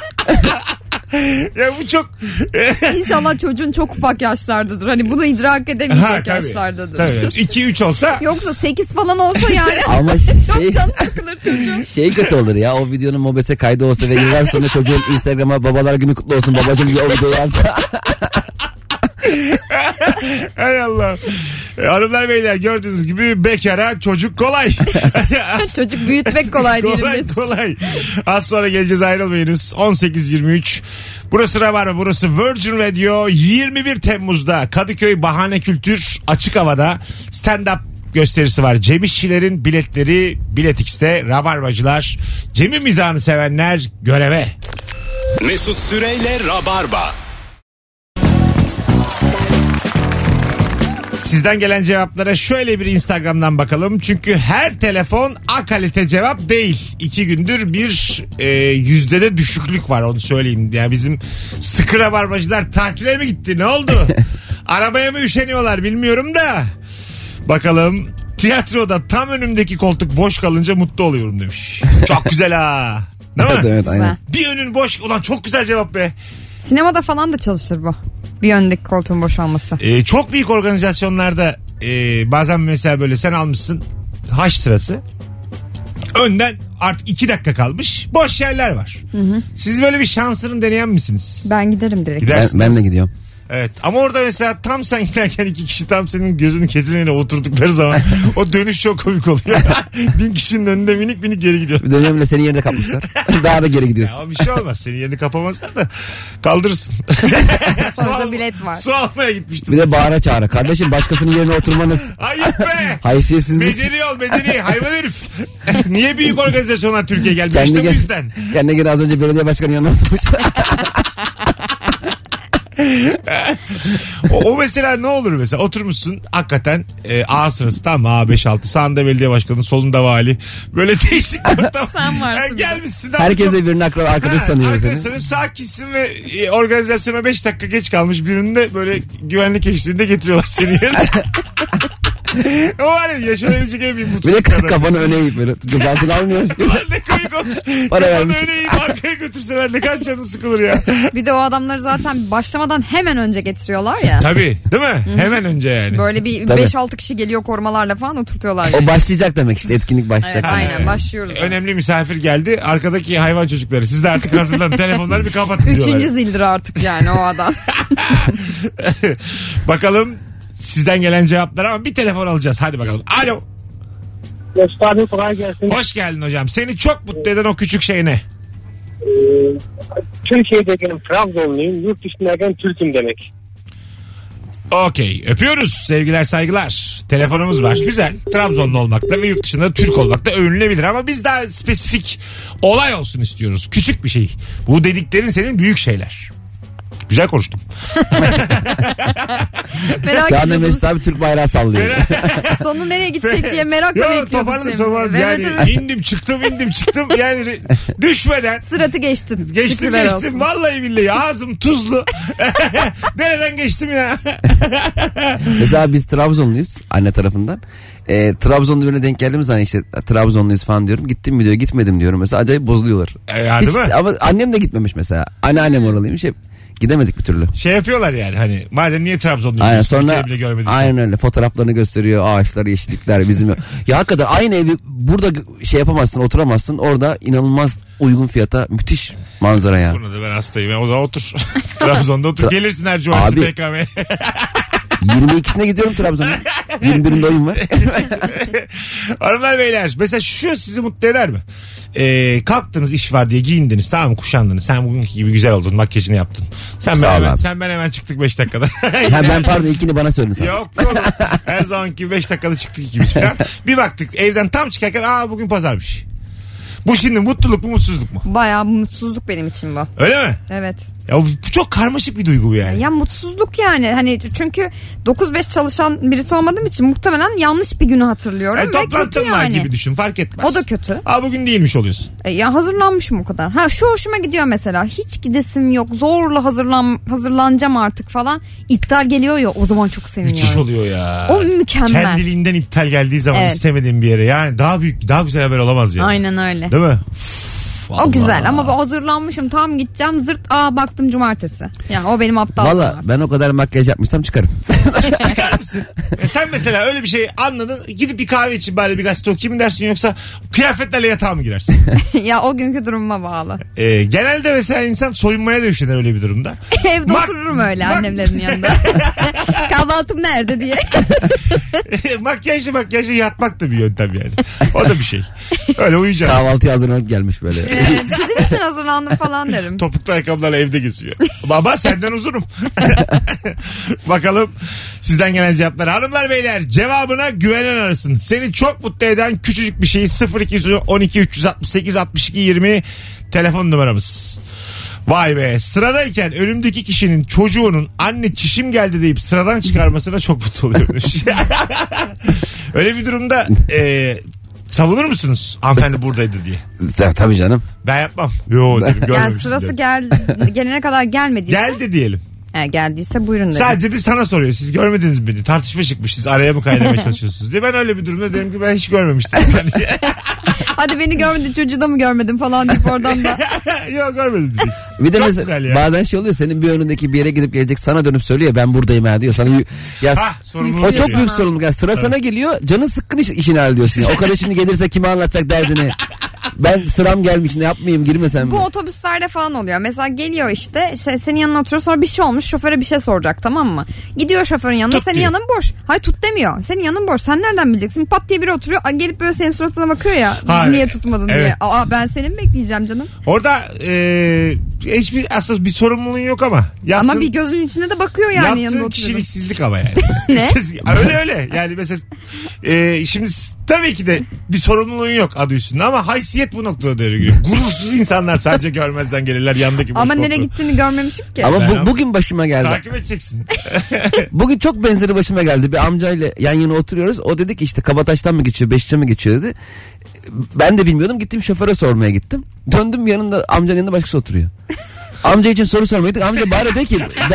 S2: Ya bu çok...
S3: İnşallah çocuğun çok ufak yaşlardadır. Hani bunu idrak edemeyecek yaşlardadır.
S2: Tabii. 2-3 olsa...
S3: Yoksa 8 falan olsa yani.
S4: Ama
S3: Çok canı sıkılır çocuğun.
S4: şey kötü olur ya, o videonun mobese kaydı olsa ve yıllar sonra çocuğun Instagram'a babalar günü kutlu olsun babacığım diye o videoyu alsa.
S2: Hay Allah. Hanımlar beyler gördüğünüz gibi bekara çocuk kolay.
S3: Çocuk büyütmek kolay değil.
S2: Kolay kolay. Az sonra geleceğiz, ayrılmayınız. 18.23. Burası Rabarba, burası Virgin Radio. 21 Temmuz'da Kadıköy Bahane Kültür açık havada stand-up gösterisi var. Cem İşçilerin biletleri Bilet X'te. Rabarbacılar, Cem'in mizahını sevenler göreve.
S1: Mesut Süreyle Rabarba.
S2: Sizden gelen cevaplara şöyle bir Instagram'dan bakalım. Çünkü her telefon A kalite cevap değil. 2 gündür bir yüzdede düşüklük var, onu söyleyeyim. Yani bizim sıkı rabarbacılar tatile mi gitti, ne oldu? Arabaya mı üşeniyorlar bilmiyorum da. Bakalım, tiyatroda tam önümdeki koltuk boş kalınca mutlu oluyorum demiş. Çok güzel ha. Değil mi?
S4: Evet, aynen.
S2: Bir önün boş. Ulan çok güzel cevap be.
S3: Sinemada falan da çalışır bu. Bir öndeki koltuğun boş olması.
S2: Çok büyük organizasyonlarda bazen mesela böyle sen almışsın haş sırası. Önden artık 2 dakika kalmış. Boş yerler var. Hı. Siz böyle bir şansını deneyen misiniz?
S3: Ben giderim direkt.
S4: Ben de gidiyorum.
S2: Evet, ama orada mesela tam sen giderken 2 kişi tam senin gözünün kesimine oturdukları zaman o dönüş çok komik oluyor. 1000 kişinin önünde minik minik geri gidiyor.
S4: Bir dönemle senin yerine kapmışlar. Daha da geri gidiyorsun.
S2: Ya bir şey olmaz, senin yerini kapamazlar da kaldırırsın.
S3: Sonuçta bilet var.
S2: Su almaya gitmiştim.
S4: Bir de bağıra çağıra. Kardeşim başkasının yerine oturmanız.
S2: Ayıp be.
S4: Haysiyetsizlik.
S2: Medeni ol, medeni hayvan herif. Niye büyük organizasyonlar Türkiye geldi? İşte bu yüzden.
S4: Kendine göre az önce belediye başkanı yanına oturmuşlar.
S2: o mesela ne olur mesela, oturmuşsun hakikaten A sırası, tamam A5-6, sağında belediye başkanı, solunda vali, böyle değişik ortam.
S3: Sen varsın.
S2: Gelmişsin.
S4: Herkes de birinin arkadaş sanıyor seni.
S2: Arkadaşların sakinsin ve organizasyona 5 dakika geç kalmış birini de böyle güvenlik eşliğinde getiriyorlar seni yerine. O var ya, yaşanabilecek en büyük
S4: Bir
S2: mutsuzluk.
S4: de kafanı öne eğip böyle gözaltını almıyormuş gibi.
S2: Ne komik olmuş.
S4: Para
S2: Kafanı
S4: vermiş.
S2: öne eğip arkaya götürseler ne kadar canın sıkılır ya.
S3: Bir de o adamları zaten başlamadan hemen önce getiriyorlar ya.
S2: Tabii, değil mi? Hemen önce yani.
S3: Böyle bir
S4: Tabii.
S3: 5-6 kişi geliyor korumalarla falan oturtuyorlar.
S4: O başlayacak demek işte, etkinlik başlayacak.
S3: Evet, aynen başlıyoruz.
S2: Önemli misafir geldi. Arkadaki hayvan çocukları, siz de artık hazırlanın. Telefonları bir kapatın diyorlar.
S3: 3. zildir artık yani o adam.
S2: Bakalım sizden gelen cevaplar, ama bir telefon alacağız. Hadi bakalım. Alo.
S8: Mesut abi kolay gelsin.
S2: Hoş geldin hocam. Seni çok mutlu eden o küçük şey ne?
S8: Türkiye'deyken Trabzonluyum. Yurt dışındayken Türk'üm demek.
S2: Okey. Öpüyoruz. Sevgiler, saygılar. Telefonumuz var. Güzel. Trabzonlu olmakta ve yurt dışında Türk olmakta övünülebilir, ama biz daha spesifik olay olsun istiyoruz. Küçük bir şey. Bu dediklerin senin büyük şeyler. Güzel konuştum.
S3: Merak
S4: Şu anda
S3: ediyorum.
S4: Mesut abi Türk bayrağı sallıyor.
S3: Sonu nereye gidecek diye merakla
S2: Yok,
S3: bekliyordum.
S2: toparladım.
S3: Evet,
S2: Yani
S3: evet.
S2: indim çıktım yani düşmeden.
S3: Sıratı geçtin.
S2: Geçtim
S3: Şükürler olsun.
S2: vallahi billahi, ağzım tuzlu. Nereden geçtim ya?
S4: Mesela biz Trabzonluyuz anne tarafından. Trabzonlu birine denk geldiğimiz zaman işte Trabzonluyuz falan diyorum. Gittim mi diyor, gitmedim diyorum. Mesela acayip bozuluyorlar.
S2: Ya, değil mi?
S4: Ama annem de gitmemiş mesela. Anneannem oralıymış, hep gidemedik bir türlü.
S2: Şey yapıyorlar yani, hani madem niye Trabzon'da
S4: Aynen,
S2: gidiyorsun,
S4: sonra
S2: bile görmedin.
S4: aynen öyle fotoğraflarını gösteriyor, ağaçlar, yeşillikler bizim. Ya hakikaten aynı evi burada şey yapamazsın, oturamazsın, orada inanılmaz uygun fiyata müthiş manzara ya.
S2: Buna da ben hastayım. O zaman otur. Trabzon'da otur. Gelirsin her cumartesi
S4: Abi,
S2: PKM'ye.
S4: 22'sine gidiyorum Trabzon'a. 21'inde oyun var.
S2: Hanımlar beyler, mesela şu sizi mutlu eder mi? Kalktınız, iş var diye giyindiniz, tamam mı, kuşandınız. Sen bugünkü gibi güzel oldun, makyajını yaptın. Sen ben hemen çıktık 5 dakikada.
S4: Ben pardon, ilkini bana söyledin sen.
S2: Yok. Her zamanki 5 dakikada çıktık ikimiz falan. Bir baktık evden tam çıkarken bugün pazarmış. Bu şimdi mutluluk mu, mutsuzluk mu?
S3: Bayağı mutsuzluk benim için bu.
S2: Öyle mi?
S3: Evet.
S2: Ya bu çok karmaşık bir duygu bu yani.
S3: Ya mutsuzluk yani. Hani çünkü 9-5 çalışan birisi olmadığım için muhtemelen yanlış bir günü hatırlıyorum. Ve kötü
S2: toplantın var
S3: yani.
S2: gibi düşün, fark etmez.
S3: O da kötü.
S2: Bugün değilmiş oluyorsun.
S3: Ya hazırlanmışım o kadar. Şu hoşuma gidiyor mesela. Hiç gidesim yok. Zorla hazırlanacağım artık falan. İptal geliyor ya, o zaman çok seviniyorum.
S2: Müthiş oluyor ya.
S3: O mükemmel.
S2: Kendiliğinden iptal geldiği zaman
S3: Evet.
S2: istemediğin bir yere. Yani daha büyük, daha güzel haber olamaz ya.
S3: Aynen öyle.
S2: Değil mi?
S3: O güzel ama ben hazırlanmışım, tam gideceğim, zırt baktım cumartesi. Yani o benim aptallığım.
S4: Valla ben o kadar makyaj yapmışsam çıkarım.
S2: Çıkar mısın? Sen mesela öyle bir şey anladın. Gidip bir kahve için bari bir gazete okuyayım dersin yoksa kıyafetlerle yatağa mı girersin?
S3: Ya o günkü durumuma bağlı.
S2: Genelde mesela insan soyunmaya da üşenir öyle bir durumda.
S3: Evde otururum öyle annemlerin yanında. Kahvaltım nerede diye.
S2: Makyajlı yatmak da bir yöntem yani. O da bir şey. Öyle uyuyacağım.
S4: Kahvaltıya hazırlanıp gelmiş böyle.
S3: Evet, sizin için hazırlandım falan derim.
S2: Topuklu ayakkabılarla evde geziyor. Baba senden uzurum. Bakalım sizden gelen cevaplar. Hanımlar beyler cevabına güvenen arasın. Seni çok mutlu eden küçücük bir şeyi 0212 368 62 20 telefon numaramız. Vay be, sıradayken önümdeki kişinin çocuğunun anne çişim geldi deyip sıradan çıkarmasına çok mutlu oluyormuş. Öyle bir durumda savunur musunuz hanımefendi buradaydı diye?
S4: Tabii canım.
S2: Ben yapmam. Yo dedim,
S3: yani sırası gelene kadar gelmediyse.
S2: Geldi diyelim.
S3: Geldiyse buyurun dedim.
S2: Sadece de sana soruyor. Siz görmediniz mi diye. Tartışma çıkmış. Siz araya mı kaynamaya çalışıyorsunuz diye. Ben öyle bir durumda dedim ki ben hiç görmemiştim.
S3: Hadi beni görmedin, çocuğu da mı görmedin falan deyip oradan da.
S2: Yok görmedim diyeceksin.
S4: Bir de mesela bazen şey oluyor, senin bir önündeki bir yere gidip gelecek, sana dönüp söylüyor ben buradayım ha diyor. Sana ya o çok büyük sorumluluk. Yani sıra sana geliyor, canın sıkkın işin hal diyorsun ya. O kadar şimdi gelirse kime anlatacak derdini. Ben sıram gelmiş, ne yapmayayım, girmesem.
S3: Bu otobüslerde falan oluyor. Mesela geliyor işte senin yanına oturuyor, sonra bir şey olmuş, şoföre bir şey soracak, tamam mı? Gidiyor şoförün yanına,
S2: tut
S3: senin
S2: diyor.
S3: yanın boş. Hayır tut demiyor. Senin yanın boş. Sen nereden bileceksin? Pat diye biri oturuyor, gelip böyle senin suratına bakıyor ya.
S2: Hayır.
S3: Niye tutmadın
S2: Evet.
S3: diye. Ben senin bekleyeceğim canım.
S2: Orada hiçbir aslında bir sorumluluğun yok ama.
S3: Ama bir gözünün içine de bakıyor yani yanında
S2: yaptığın
S3: oturuyor.
S2: kişiliksizlik ama yani.
S3: Ne?
S2: öyle. Yani mesela şimdi tabii ki de bir sorumluluğun yok adı üstünde ama haysiyet bu noktada devreye giriyor. Gurursuz insanlar sadece görmezden gelirler yandaki boş
S3: Ama nereye
S2: koltuğu.
S3: gittiğini görmemişim ki.
S4: Ama bugün başıma geldi.
S2: Takip edeceksin.
S4: Bugün çok benzeri başıma geldi. Bir amcayla yan yana oturuyoruz. O dedi ki işte Kabataş'tan mı geçiyor, Beşiktaş'a mı geçiyor dedi. Ben de bilmiyordum. Gittim şoföre sormaya gittim. Döndüm, yanında amcanın yanında başkası oturuyor. Amca için soru sormaya gittik. Amca bari de ki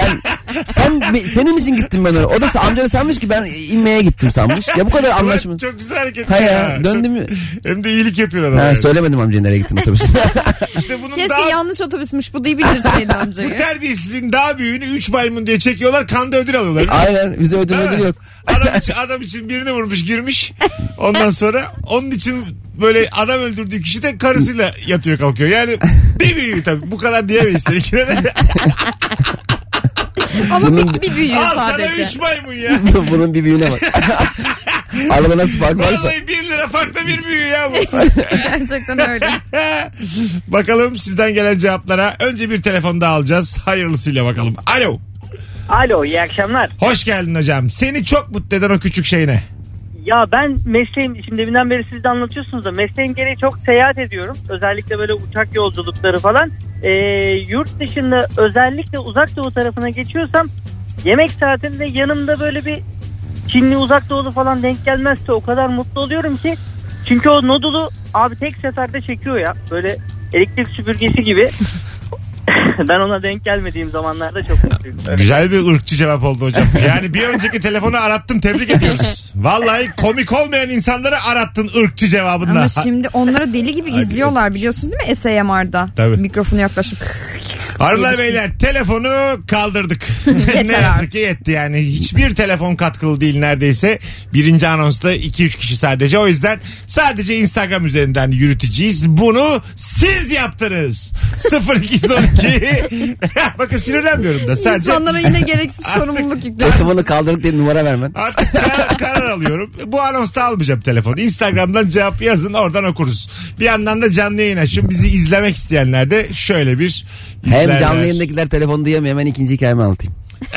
S4: senin için gittim ben oraya. O da amca sanmış ki ben inmeye gittim sanmış. Ya bu kadar anlaşma.
S2: Çok güzel hareket.
S4: Ha ya, döndüm.
S2: Hem de iyilik yapıyor adam.
S4: Yani. Söylemedim amcaya nereye gittim otobüs.
S2: İşte bunun
S3: Keşke yanlış otobüsmüş bu diye bildirseydin
S2: bu
S3: amcayı.
S2: terbiyesizliğin daha büyüğünü 3 maymun diye çekiyorlar, kanda ödül alıyorlar.
S4: Aynen, bize ödül yok.
S2: Adam için birini vurmuş girmiş. Ondan sonra onun için böyle adam öldürdüğü kişi de karısıyla yatıyor kalkıyor. Yani bir büyüğü tabii. Bu kadar diyemeyiz seninkine de.
S3: Ama bir büyüyor sadece.
S2: Al sana 3 maymun ya.
S4: Bunun bir büyüğüne bak. Arada nasıl fark varsa.
S2: Vallahi 1 lira farklı bir büyüğü ya bu.
S3: Gerçekten öyle.
S2: Bakalım sizden gelen cevaplara. Önce bir telefon daha alacağız. Hayırlısıyla bakalım. Alo.
S8: Alo, iyi akşamlar.
S2: Hoş geldin hocam. Seni çok mutlu eden o küçük şey ne?
S8: Ya ben mesleğim, şimdi deminden beri siz de anlatıyorsunuz da mesleğim gereği çok seyahat ediyorum. Özellikle böyle uçak yolculukları falan. Yurt dışında özellikle uzak doğu tarafına geçiyorsam yemek saatinde yanımda böyle bir Çinli, uzak doğulu falan denk gelmezse o kadar mutlu oluyorum ki. Çünkü o nodulu abi tek seferde çekiyor ya. Böyle elektrik süpürgesi gibi. Ben ona denk gelmediğim zamanlarda çok mutluyum. Öyle.
S2: Güzel bir ırkçı cevap oldu hocam. Yani bir önceki telefonu arattın, tebrik ediyoruz. Vallahi komik olmayan insanları arattın ırkçı cevabında.
S3: Ama şimdi onları deli gibi izliyorlar biliyorsunuz değil mi SMR'da?
S2: Tabii.
S3: Mikrofonu yaklaşıp.
S2: Hanımlar beyler telefonu kaldırdık. Ne yazık ki yetti yani. Hiçbir telefon katkılı değil neredeyse. Birinci anonsta 2-3 kişi sadece. O yüzden sadece Instagram üzerinden yürüteceğiz. Bunu siz yaptınız. 0212. Bakın sinirlenmiyorum da. Sadece
S3: İnsanlara yine gereksiz sorumluluk yüklüyor.
S4: Telefonu kaldırıp diye numara vermen.
S2: artık karar alıyorum. Bu anonsta almayacağım telefonu. Instagram'dan cevap yazın, oradan okuruz. Bir yandan da canlı yayın açın. Bizi izlemek isteyenler de şöyle bir izlerler.
S4: Hem canlı yayındakiler telefonu duyamıyor, hemen ikinci hikayemi anlatayım.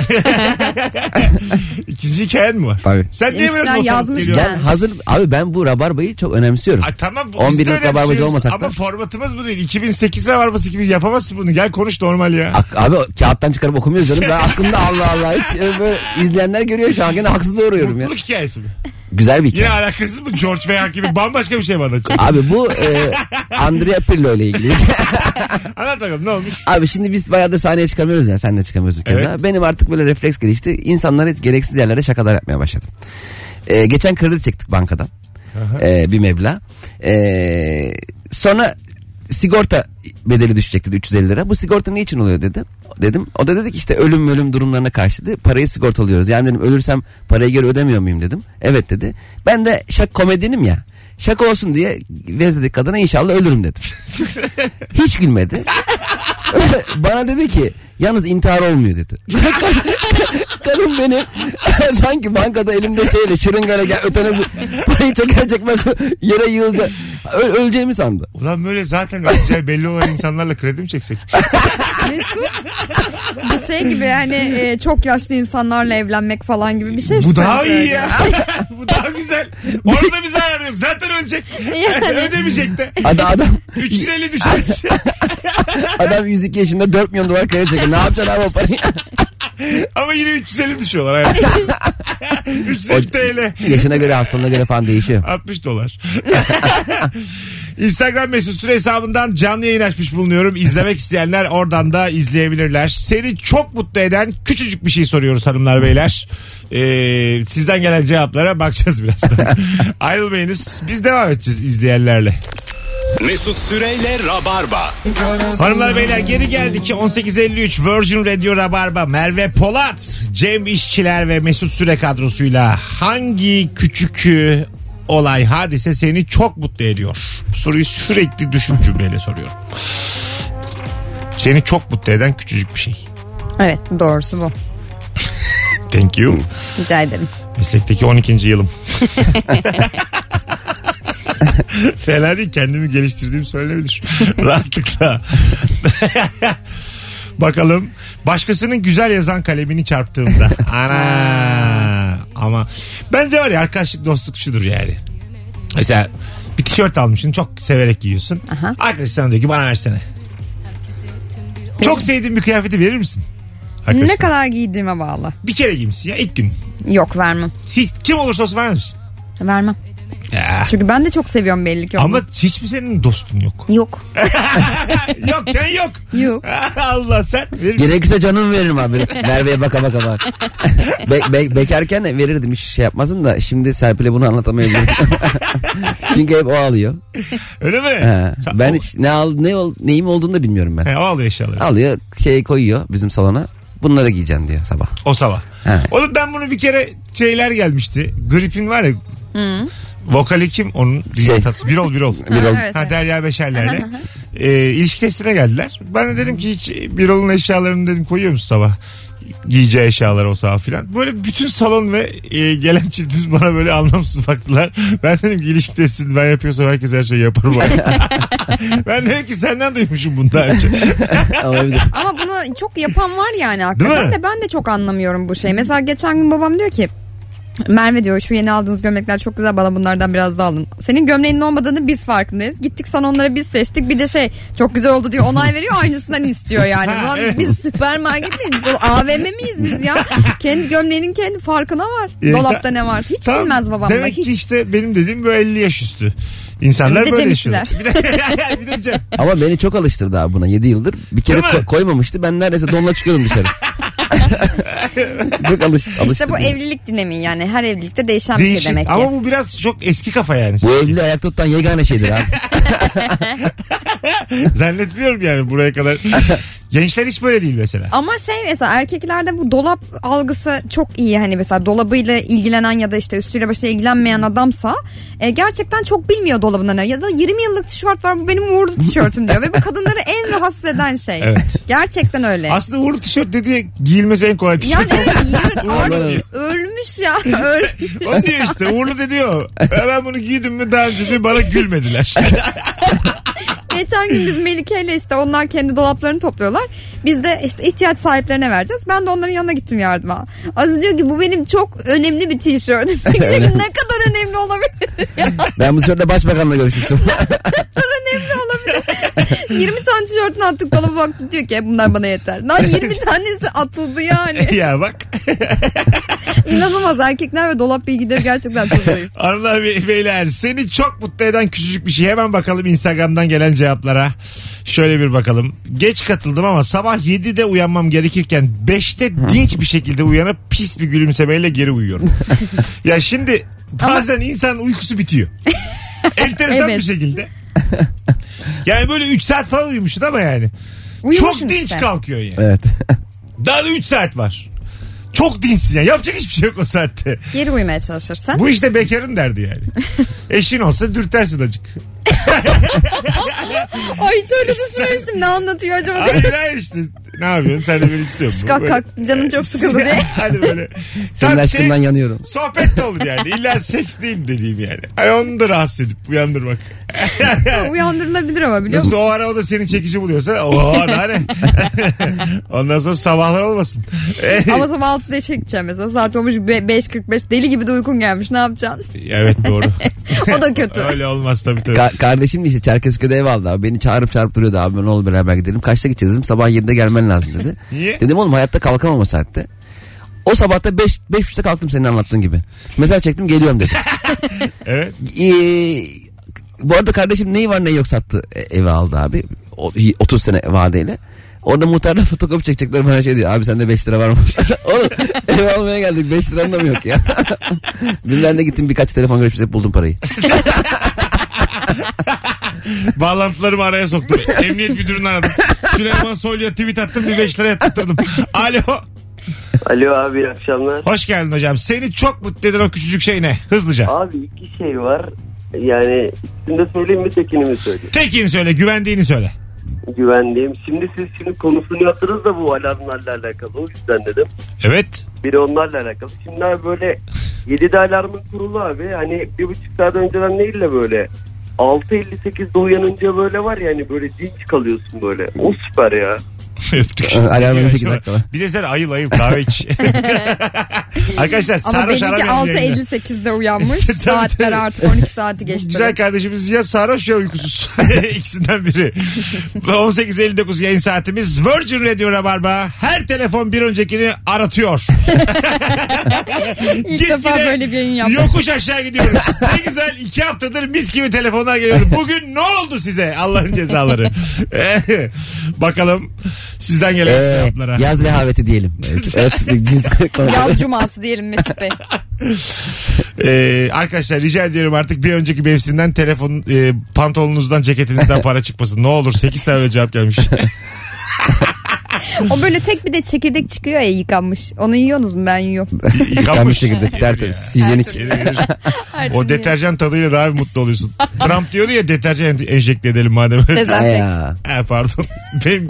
S2: İkinci hikayen mi var?
S4: Tabii.
S2: Sen niye böyle
S3: Gençler
S2: not alıp
S3: yazmış
S2: geliyorsun?
S3: yani.
S4: Hazır abi, ben bu rabarbayı çok önemsiyorum.
S2: Ay tamam.
S4: 11 yıllık rabarbacı olmasak da.
S2: ama formatımız bu değil. 2008 rabarbası gibi yapamazsın bunu. Gel konuş normal ya.
S4: Abi kağıttan çıkarıp okumuyoruz canım. Ben aklımda Allah Allah. Hiç böyle izleyenler görüyor şu an. Gene haksızlığa uğruyorum ya.
S2: Mutluluk hikayesi mi?
S4: Güzel bir
S2: Yine
S4: hikaye.
S2: alakasız mı? George Weah gibi bambaşka bir şey mi anlatacak?
S4: Abi bu Andrea Pirlo ile ilgili.
S2: Anlat bakalım ne olmuş?
S4: Abi şimdi biz bayağı da sahneye çıkamıyoruz ya. Sen de çıkamıyorsun keza.
S2: Evet.
S4: Benim artık böyle refleks gelişti. İnsanlara gereksiz yerlerde şakalar yapmaya başladım. Geçen kredi çektik bankadan. Bir meblağ. Sonra sigorta bedeli düşecek dedi 350 lira. Bu sigorta ne için oluyor dedim. O da dedi ki işte ölüm durumlarına karşı dedi, parayı sigortalıyoruz. Yani dedim ölürsem parayı geri ödemiyor muyum dedim. Evet dedi. Ben de komedyenim ya. Şaka olsun diye vezledik kadına inşallah ölürüm dedim. Hiç gülmedi. Bana dedi ki yalnız intihar olmuyor dedi. Kadın beni sanki bankada elimde şeyle şırıngayla ötenazi parayı çeker çekmez yere yığılacak. Öleceğimi sandı.
S2: Ulan böyle zaten öleceği belli olan insanlarla kredi mi çeksek?
S3: Mesut bir şey gibi yani çok yaşlı insanlarla evlenmek falan gibi bir şey.
S2: Bu daha iyi ya. Bu daha güzel. Orada bir zarar yok. Zaten ölecek.
S3: Yani.
S2: Ödemeyecek de.
S4: Adam
S2: 350 düşeriz.
S4: Adam 102 yaşında 4 milyon dolar kredi çekiyor. Ne yapacaksın abi o parayı?
S2: Ama yine 350 düşüyorlar hayatım. 350 TL.
S4: Yaşına göre hastalığına göre falan değişiyor.
S2: 60 dolar. Instagram Mesut Süre hesabından canlı yayın açmış bulunuyorum. İzlemek isteyenler oradan da izleyebilirler. Seni çok mutlu eden küçücük bir şey soruyoruz hanımlar beyler. Sizden gelen cevaplara bakacağız birazdan. Ayrılmayınız. Biz devam edeceğiz izleyenlerle.
S1: Mesut Süreyle Rabarba.
S2: Hanımlar beyler geri geldik. 18.53 Virgin Radio Rabarba. Merve Polat, Cem İşçiler ve Mesut Süre kadrosuyla hangi küçük olay, hadise seni çok mutlu ediyor? Bu soruyu sürekli düşün cümleyle soruyorum. Seni çok mutlu eden küçücük bir şey.
S3: Evet, doğrusu bu.
S2: Thank you.
S3: Rica ederim.
S2: Meslekteki 12. yılım. Fena değil, kendimi geliştirdiğim söylenebilir. Rahatlıkla. Bakalım, başkasının güzel yazan kalemini çarptığımda. Ana. Ama bence var ya, arkadaşlık dostluk şudur yani. Mesela bir tişört almışsın, çok severek giyiyorsun.
S3: Aha.
S2: Arkadaş sana diyor ki bana versene. Çok sevdiğin bir kıyafeti verir misin? Arkadaşlar.
S3: Ne kadar giydiğime bağlı.
S2: Bir kere giymişsin ya, ilk gün.
S3: Yok, vermem.
S2: Hiç, kim olursa olsun vermez misin?
S3: Vermem.
S2: Ya.
S3: Çünkü ben de çok seviyorum belli ki onu.
S2: Ama hiç mi senin dostun yok?
S3: Yok.
S2: Yok, sen yok.
S3: Yok.
S2: Allah, sen verir misin?
S4: Gerekirse canımı veririm abi. Merve'ye baka bak. Bekarken de verirdim, hiç şey yapmasın da şimdi Serpil'e bunu anlatamayabilirim. Çünkü hep o alıyor.
S2: Öyle mi?
S4: He. Ben hiç neyim olduğunu da bilmiyorum ben.
S2: He, o alıyor eşyaları.
S4: Alıyor, koyuyor bizim salona. Bunları giyeceksin diyor sabah.
S2: O sabah.
S4: He.
S2: Oğlum ben bunu bir kere şeyler gelmişti. Grip'in var ya. Vokali kim? Onun tatlısı. Birol.
S3: Evet,
S2: ha, Derya Beşerler'le. İlişki testine geldiler. Ben de dedim ki hiç Birol'un eşyalarını dedim koyuyor musun sabah? Giyeceği eşyaları o sabah filan. Böyle bütün salon ve gelen çiftimiz bana böyle anlamsız baktılar. Ben dedim ki ilişki testini ben yapıyorsam herkes her şeyi yapar. Ben dedim ki senden duymuşum bunu daha önce.
S3: Ama bunu çok yapan var yani
S2: Değil
S3: hakikaten
S2: mi?
S3: de ben de çok anlamıyorum bu şeyi. Mesela geçen gün babam diyor ki Merve diyor şu yeni aldığınız gömlekler çok güzel, bana bunlardan biraz daha alın. Senin gömleğinin olmadığını biz farkındayız. Gittik sana onları biz seçtik. Bir de çok güzel oldu diyor, onay veriyor, aynısından istiyor yani.
S2: Ha,
S3: Ulan
S2: evet.
S3: biz süpermarket miyiz? Biz AVM miyiz biz ya? Kendi gömleğinin kendi farkına var. Dolapta ne var? Hiç
S2: Tamam,
S3: bilmez babam da
S2: demek
S3: hiç.
S2: ki işte benim dediğim böyle 50 yaş üstü. İnsanlar
S3: Bir de
S2: böyle
S3: Cem
S2: yaşıyorlar.
S3: İşçiler.
S2: Bir de Cem.
S4: Ama beni çok alıştırdı abi buna 7 yıldır. Bir kere
S2: Değil mi?
S4: koymamıştı. Ben neredeyse donla çıkıyordum dışarı. Çok alıştırdı.
S3: İşte bu evlilik dinamiği yani, her evlilikte değişen bir
S2: Değişik.
S3: şey demek ki.
S2: Ama bu biraz çok eski kafa yani.
S4: Bu evliliği ayakta tutan yegane şeydir abi.
S2: Zannetmiyorum yani buraya kadar. Gençler hiç böyle değil mesela.
S3: Ama mesela erkeklerde bu dolap algısı çok iyi. Hani mesela dolabıyla ilgilenen ya da işte üstüyle başıyla ilgilenmeyen adamsa gerçekten çok bilmiyor dolabında ne. Ya da 20 yıllık tişört var, bu benim uğurlu tişörtüm diyor. Ve bu kadınları en rahatsız eden şey.
S2: Evet.
S3: Gerçekten öyle.
S2: Aslında uğurlu tişört dediği giyilmesi en kolay tişört.
S3: Yani
S2: Uğurlu diyor.
S3: ölmüş ya. Ölmüş.
S2: O diyor işte, uğurlu de diyor. Ben bunu giydim mi daha önce diyor, bana gülmediler.
S3: Geçen gün biz Melike ile işte onlar kendi dolaplarını topluyorlar. Biz de işte ihtiyaç sahiplerine vereceğiz. Ben de onların yanına gittim yardıma. Aziz diyor ki bu benim çok önemli bir tişört. Ne kadar önemli olabilir ya?
S4: Ben bu tişörtle başbakanla görüşmüştüm.
S3: Önemli olabilir. 20 tane tişörtünü attık dolaba, baktık diyor ki bunlar bana yeter. Lan 20 tanesi atıldı yani.
S2: Ya bak.
S3: İnanılmaz, erkekler ve dolap bilgileri gerçekten çok zayıf.
S2: Hanımlar beyler, seni çok mutlu eden küçücük bir şey. Hemen bakalım Instagram'dan gelen cevaplara. Şöyle bir bakalım. Geç katıldım ama sabah 7'de uyanmam gerekirken 5'te dinç bir şekilde uyanıp pis bir gülümsemeyle geri uyuyorum. Ya şimdi bazen insanın uykusu bitiyor. Enteresan
S3: Evet.
S2: bir şekilde. Yani böyle 3 saat falan uyumuşsun ama yani.
S3: Uyumuşsun
S2: Çok dinç
S3: işte.
S2: kalkıyor yani.
S4: Evet.
S2: Daha da 3 saat var. Çok dinçsin yani. Yapacak hiçbir şey yok o saatte.
S3: Geri uyumaya çalışırsan.
S2: Bu işte bekarın derdi yani. Eşin olsa dürtersin acık.
S3: Ay hiç öyle düşünmemiştim. Ne anlatıyor acaba?
S2: Hayır işte. Ne yapıyorsun? Sen de beni istiyorsun.
S3: Kalk kalk canım çok sıkıldı diye.
S2: Hadi böyle.
S4: Senin
S2: Tam
S4: aşkından yanıyorum.
S2: Sohbet de olur yani. İlla seks değil dediğim yani. Ay onu da rahatsız edip uyandırmak.
S3: Uyandırılabilir ama biliyor
S2: Yoksa
S3: musun?
S2: o ara o da seni çekici buluyorsa daha ne? Ondan sonra sabahlar olmasın.
S3: Ama sabah 6'da işe gideceğim mesela. Saat olmuş 5.45. Deli gibi de uykun gelmiş. Ne yapacaksın?
S2: Evet doğru.
S3: O da kötü.
S2: Öyle olmaz tabii tabii.
S4: Kardeşim de işte Çerkezköy'de ev aldı abi. Beni çağırıp duruyordu abi. Ne olur beraber gidelim. Kaçta gideceğiz dedim. Sabah 7'de gelmen lazım dedi.
S2: Niye?
S4: Dedim oğlum hayatta kalkamam o saatte. O sabahta 5.30'da kalktım senin anlattığın gibi. Mesaj çektim geliyorum dedim.
S2: Evet.
S4: Bu arada kardeşim neyi var neyi yok sattı evi aldı abi. 30 sene vadeyle. Orada muhtarla fotokopi çekecekler bana şey diyor. Abi sende 5 lira var mı? Oğlum ev almaya geldik 5 liranın da mı yok ya? Dün ben de gittim birkaç telefon görüşmesi buldum parayı.
S2: Bağlantılarımı araya soktum. Emniyet müdürünü aradım. Süleyman Soylu'ya tweet attım bir 5 lira yatırdım. Alo.
S10: Alo abi iyi akşamlar.
S2: Hoş geldin hocam. Seni çok mutlu eden o küçücük şey ne? Hızlıca.
S10: Abi iki şey var. Yani ikisini de söyleyeyim mi tekini mi söyleyeyim?
S2: Tekini söyle, güvendiğini söyle.
S10: Güvendiğim. Şimdi konusunu yaptınız da bu alarmlarla alakalı. O yüzden dedim.
S2: Evet.
S10: Biri onlarla alakalı. Şimdi abi böyle 7'de alarmın kurulu abi. Hani 1,5 saat önceden değil de böyle 6.58'de uyanınca böyle var ya hani böyle dinç kalıyorsun böyle. O süper ya.
S2: Öptük.
S4: Alarmın 2 dakika var.
S2: Bir de sen ayıl kahve iç. Arkadaşlar
S3: Ama
S2: sarhoş
S3: benimki
S2: aramayalım yayını.
S3: 6.58'de uyanmış.
S2: Tabii,
S3: Saatler
S2: tabii.
S3: artık 12 saati
S2: Bu
S3: geçti.
S2: güzel kardeşimiz ya sarhoş ya uykusuz. İkisinden biri. 18.59 yayın saatimiz. Virgin Radio Rabarba. Her telefon bir öncekini aratıyor.
S3: İlk defa böyle bir yayın yaptım.
S2: Yokuş aşağı gidiyoruz. Ne güzel 2 haftadır mis gibi telefonlar geliyordu. Bugün ne oldu size Allah'ın cezaları? Bakalım sizden gelen cevaplara.
S4: Yaz rehaveti diyelim. Evet, cins konuları.
S3: Yaz cuması diyelim Mesut Bey.
S2: Arkadaşlar rica ediyorum artık bir önceki mevsimden telefon pantolonunuzdan ceketinizden para çıkmasın. Ne olur 8 tane öyle cevap gelmiş.
S3: O böyle tek bir de çekirdek çıkıyor ya yıkanmış. Onu yiyorsunuz mu? Ben yiyorum.
S4: Yıkanmış çekirdek tertemiz. Hijyenik.
S2: O deterjan tadıyla daha bir mutlu oluyorsun. Trump diyordu ya deterjan enjekte edelim madem öyle.
S3: Dezenfekt.
S2: Pardon. Benim...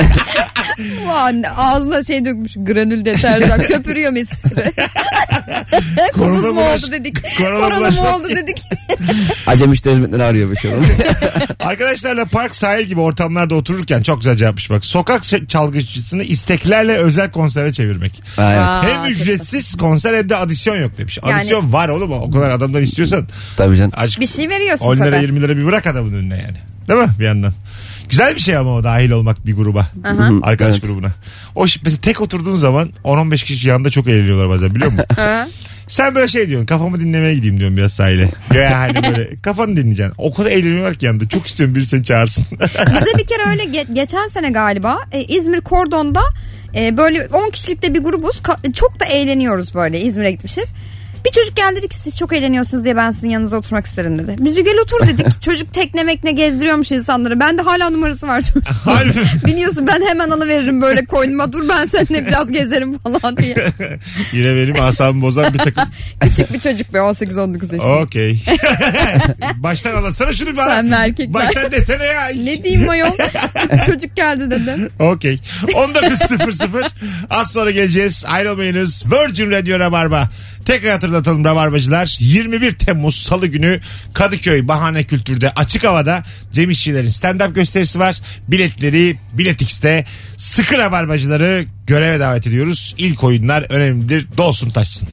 S3: Ağzına şey dökmüş granül deterjan. Köpürüyor Mesut Süre. Kuduz mu oldu dedik. Korona mı oldu dedik.
S4: Acem müşteri hizmetleri arıyor bir şey oldu.
S2: Arkadaşlarla park sahil gibi ortamlarda otururken çok güzel cevapmış bak. Sokak çalgıcısını isteklerle özel konsere çevirmek.
S4: Evet.
S2: Hem ücretsiz konser hem de adisyon yok demiş.
S3: Yani-
S2: Adisyon var oğlum o kadar adamdan istiyorsan.
S4: Tabii canım.
S2: Aşk
S3: Bir şey veriyorsun
S2: 10 lira
S3: tabii.
S2: 20 lira bir bırak adamın önüne yani. Değil mi bir yandan? Güzel bir şey ama o dahil olmak bir gruba.
S3: Aha.
S2: Arkadaş
S4: Evet.
S2: grubuna. O mesela tek oturduğun zaman 10-15 kişi yanında çok eğleniyorlar bazen biliyor musun?
S3: Ha.
S2: Sen böyle şey diyorsun kafamı dinlemeye gideyim diyorsun biraz sahile. Ya hani böyle kafanı dinleyeceksin. O kadar eğleniyorlar ki yanında. Çok istiyorum biri seni çağırsın.
S3: Bize bir kere öyle geçen sene galiba İzmir Kordon'da böyle 10 kişilikte bir grubuz. Çok da eğleniyoruz böyle. İzmir'e gitmişiz. Bir çocuk geldi dedi ki siz çok eğleniyorsunuz diye ben sizin yanınıza oturmak istedim dedi. Biz de gel otur dedik. Çocuk tekne mekne gezdiriyormuş insanları. Bende hala numarası var.
S2: Harbi.
S3: Biliyorsun ben hemen alıveririm böyle koynuma. Dur ben seninle biraz gezerim falan diye.
S2: Yine benim asabımı bozan bir takım.
S3: Küçük bir çocuk be 18-19 yaşında.
S2: Okey. Baştan anlatsana şunu bana.
S3: Sen mi erkekler?
S2: Baştan desene ya.
S3: Ne diyeyim ayol? Çocuk geldi dedim.
S2: Okey. 19.00 az sonra geleceğiz. Ayrılmayınız. Virgin Radio Rabarba. Tekrar hatırlatalım Rabarbacılar. 21 Temmuz Salı günü Kadıköy Bahane Kültür'de açık havada Cem İşçilerin stand-up gösterisi var. Biletleri Bilet X'te. Sıkı Rabarbacıları göreve davet ediyoruz. İlk oyunlar önemlidir. Dolsun taşsın.